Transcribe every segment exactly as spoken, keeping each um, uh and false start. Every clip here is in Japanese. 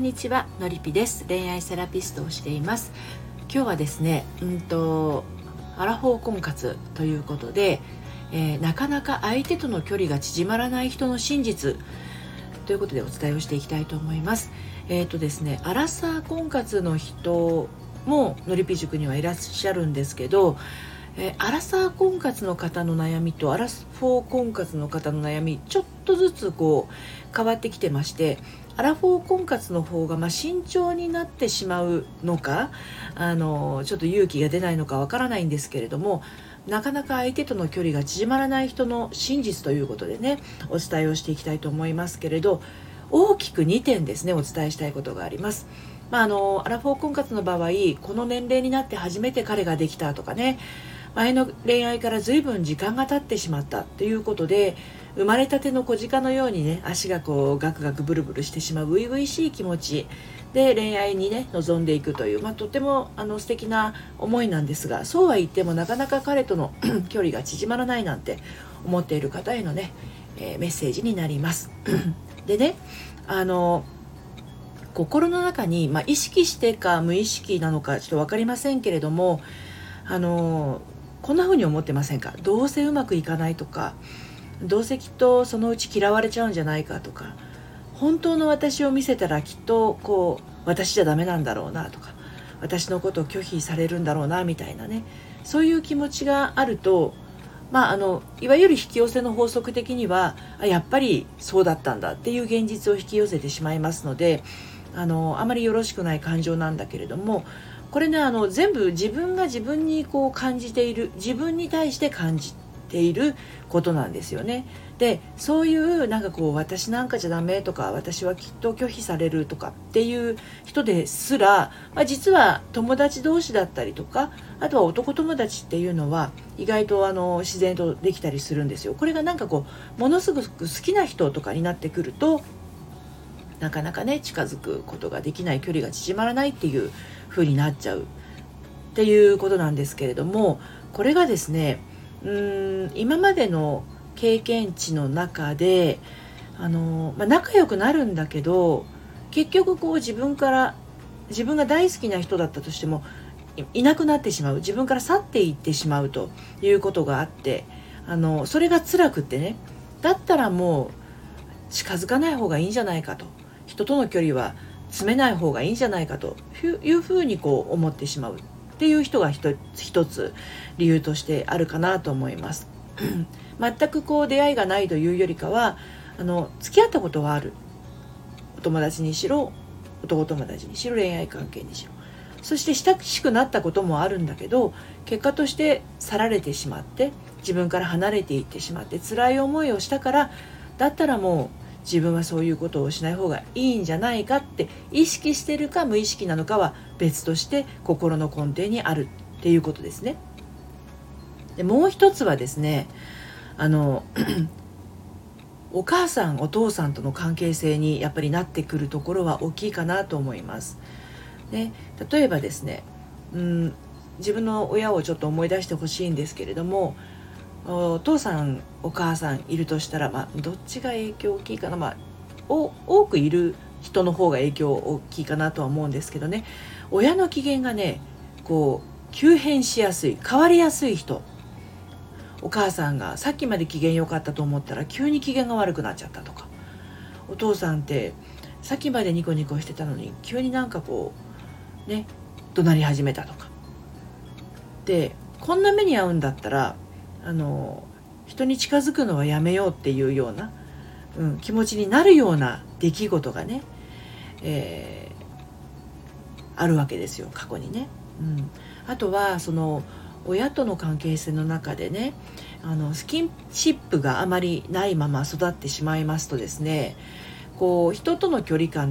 にちは、のりぴです。恋愛セラピストをしています。今日はですね、うんとアラフォー婚活ということで、えー、なかなか相手との距離が縮まらない人の真実ということでお伝えをしていきたいと思います。えーとですね、アラサー婚活の人ものりぴ塾にはいらっしゃるんですけど、えー、アラサー婚活の方の悩みとアラフォー婚活の方の悩み、ちょっとずつこう変わってきてまして、アラフォー婚活の方がまあ慎重になってしまうのか、あのちょっと勇気が出ないのかわからないんですけれども、なかなか相手との距離が縮まらない人の真実ということでね、お伝えをしていきたいと思いますけれど、大きくにてんですね、お伝えしたいことがあります。まあ、あのアラフォー婚活の場合、この年齢になって初めて彼ができたとかね、前の恋愛から随分時間が経ってしまったということで、生まれたての小鹿のようにね、足がこうガクガクブルブルしてしまう初々しい気持ちで恋愛にね臨んでいくという、まあ、とてもあの素敵な思いなんですが、そうは言ってもなかなか彼との距離が縮まらないなんて思っている方へのね、えー、メッセージになりますでね、あの心の中に、まあ、意識してか無意識なのかちょっと分かりませんけれども、あのこんな風に思ってませんか？どうせうまくいかないとか、どうせきっとそのうち嫌われちゃうんじゃないかとか、本当の私を見せたらきっとこう私じゃダメなんだろうなとか、私のことを拒否されるんだろうなみたいなね、そういう気持ちがあると、まあ、あのいわゆる引き寄せの法則的には、あやっぱりそうだったんだっていう現実を引き寄せてしまいますので、あのあまりよろしくない感情なんだけれども、これね、あの全部自分が自分にこう感じている、自分に対して感じていることなんですよね。で、そういうなんかこう私なんかじゃダメとか、私はきっと拒否されるとかっていう人ですら、まあ、実は友達同士だったりとか、あとは男友達っていうのは意外とあの自然とできたりするんですよ。これがなんかこうものすごく好きな人とかになってくると、なかなかね近づくことができない、距離が縮まらないっていう風になっちゃうっていうことなんですけれども、これがですね、うーん今までの経験値の中で、あの、まあ、仲良くなるんだけど、結局こう自分から自分が大好きな人だったとしても い, いなくなってしまう、自分から去っていってしまうということがあって、あのそれが辛くってね、だったらもう近づかない方がいいんじゃないかと、人との距離は詰めない方がいいんじゃないかというふうにこう思ってしまうっていう人が一つ一つ理由としてあるかなと思います全くこう出会いがないというよりかは、あの付き合ったことはある、お友達にしろ男友達にしろ恋愛関係にしろ、そして親しくなったこともあるんだけど、結果として去られてしまって、自分から離れていってしまって辛い思いをしたから、だったらもう自分はそういうことをしない方がいいんじゃないかって意識してるか無意識なのかは別として、心の根底にあるっていうことですね。でもう一つはですね、あのお母さんお父さんとの関係性にやっぱりなってくるところは大きいかなと思います。で、例えばですね、うん自分の親をちょっと思い出してほしいんですけれども、お父さんお母さんいるとしたら、まあ、どっちが影響大きいかな、まあ、お多くいる人の方が影響大きいかなとは思うんですけどね、親の機嫌がねこう急変しやすい、変わりやすい人、お母さんがさっきまで機嫌良かったと思ったら急に機嫌が悪くなっちゃったとか、お父さんってさっきまでニコニコしてたのに急になんかこうね怒鳴り始めたとかで、こんな目に遭うんだったらあの人に近づくのはやめようっていうような、うん、気持ちになるような出来事がね、えー、あるわけですよ、過去にね、うん、あとはその親との関係性の中でね、あのスキンシップがあまりないまま育ってしまいますとですね、こう人との距離感って、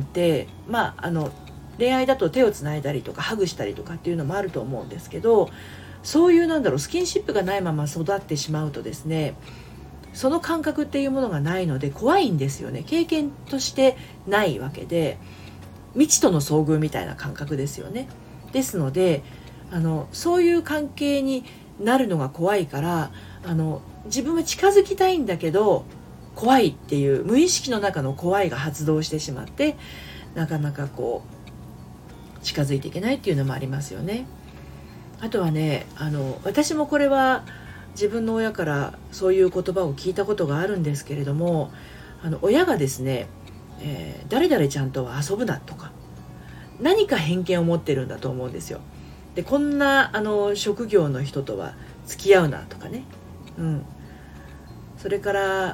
まあ、あの恋愛だと手をつないだりとかハグしたりとかっていうのもあると思うんですけど、そういうなんだろうスキンシップがないまま育ってしまうとですね、その感覚っていうものがないので怖いんですよね。経験としてないわけで、未知との遭遇みたいな感覚ですよね。ですので、あのそういう関係になるのが怖いから、あの自分は近づきたいんだけど怖いっていう無意識の中の怖いが発動してしまって、 なかなかこう近づいていけないっていうのもありますよね。あとはね、あの私もこれは自分の親からそういう言葉を聞いたことがあるんですけれども、あの親がですね、えー、誰々ちゃんとは遊ぶなとか、何か偏見を持ってるんだと思うんですよ。で、こんなあの職業の人とは付き合うなとかね、うん、それから、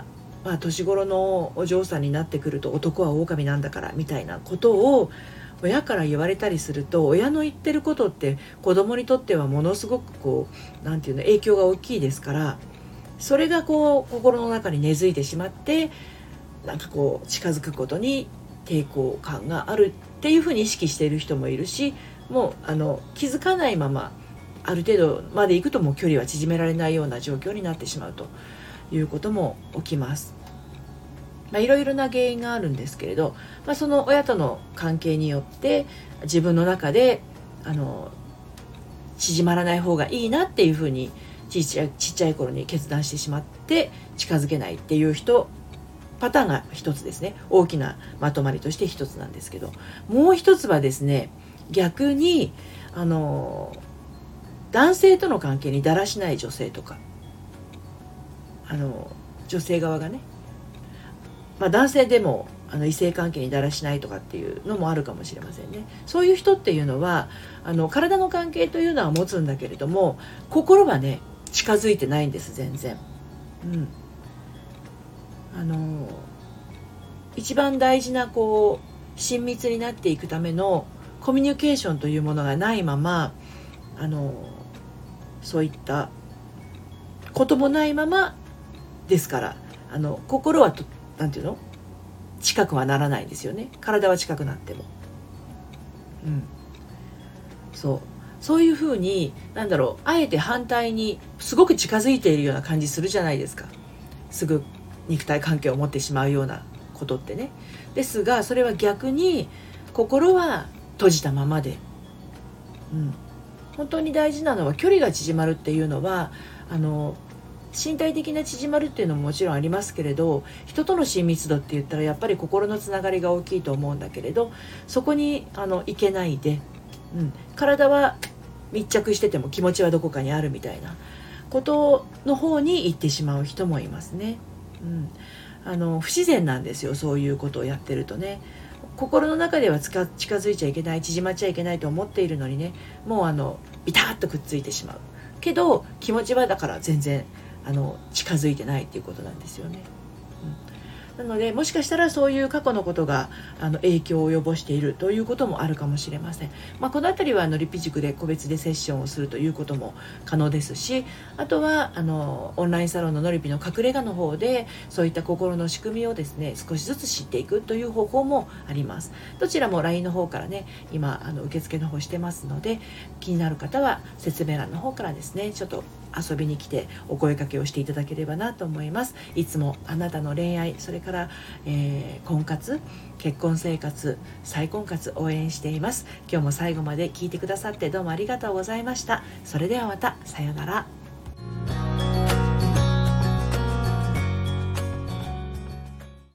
まあ、年頃のお嬢さんになってくると男は狼なんだからみたいなことを親から言われたりすると、親の言ってることって子供にとってはものすごくこうなんていうの影響が大きいですから、それがこう心の中に根付いてしまって、なんかこう近づくことに抵抗感があるっていうふうに意識している人もいるし、もうあの気づかないままある程度まで行くともう距離は縮められないような状況になってしまうということも起きます。まあ、いろいろな原因があるんですけれど、まあ、その親との関係によって自分の中であの縮まらない方がいいなっていうふうにちっちゃい、ちっちゃい頃に決断してしまって近づけないっていう人パターンが一つですね。大きなまとまりとして一つなんですけど、もう一つはですね、逆にあの男性との関係にだらしない女性とか、あの女性側がね、まあ、男性でもあの異性関係にだらしないとかっていうのもあるかもしれませんね。そういう人っていうのはあの体の関係というのは持つんだけれども、心はね近づいてないんです、全然。うん、あの一番大事なこう親密になっていくためのコミュニケーションというものがないまま、あのそういったこともないままですから、あの心はとなんていうの近くはならないんですよね。体は近くなっても、うん、そうそういうふうになんだろう、あえて反対にすごく近づいているような感じするじゃないですか。すぐ肉体関係を持ってしまうようなことってね。ですがそれは逆に心は閉じたままで、うん、本当に大事なのは距離が縮まるっていうのは、あの身体的な縮まるっていうのももちろんありますけれど、人との親密度って言ったらやっぱり心のつながりが大きいと思うんだけれど、そこにあの行けないで、うん、体は密着してても気持ちはどこかにあるみたいなことの方に行ってしまう人もいますね。うん、あの不自然なんですよ、そういうことをやってるとね。心の中では近づいちゃいけない、縮まっちゃいけないと思っているのにね、もうあのビタッとくっついてしまうけど、気持ちはだから全然あの近づいてないっていうことなんですよね。うん、なのでもしかしたらそういう過去のことがあの影響を及ぼしているということもあるかもしれません。まあ、このあたりはあのリピ塾で個別でセッションをするということも可能ですし、あとはあのオンラインサロンののりぴの隠れ家の方でそういった心の仕組みをですね少しずつ知っていくという方法もあります。どちらも ライン の方からね今あの受付の方してますので、気になる方は説明欄の方からですねちょっと遊びに来てお声掛けをしていただければなと思います。いつもあなたの恋愛、それから、えー、婚活、結婚生活、再婚活応援しています。今日も最後まで聞いてくださってどうもありがとうございました。それではまた、さようなら。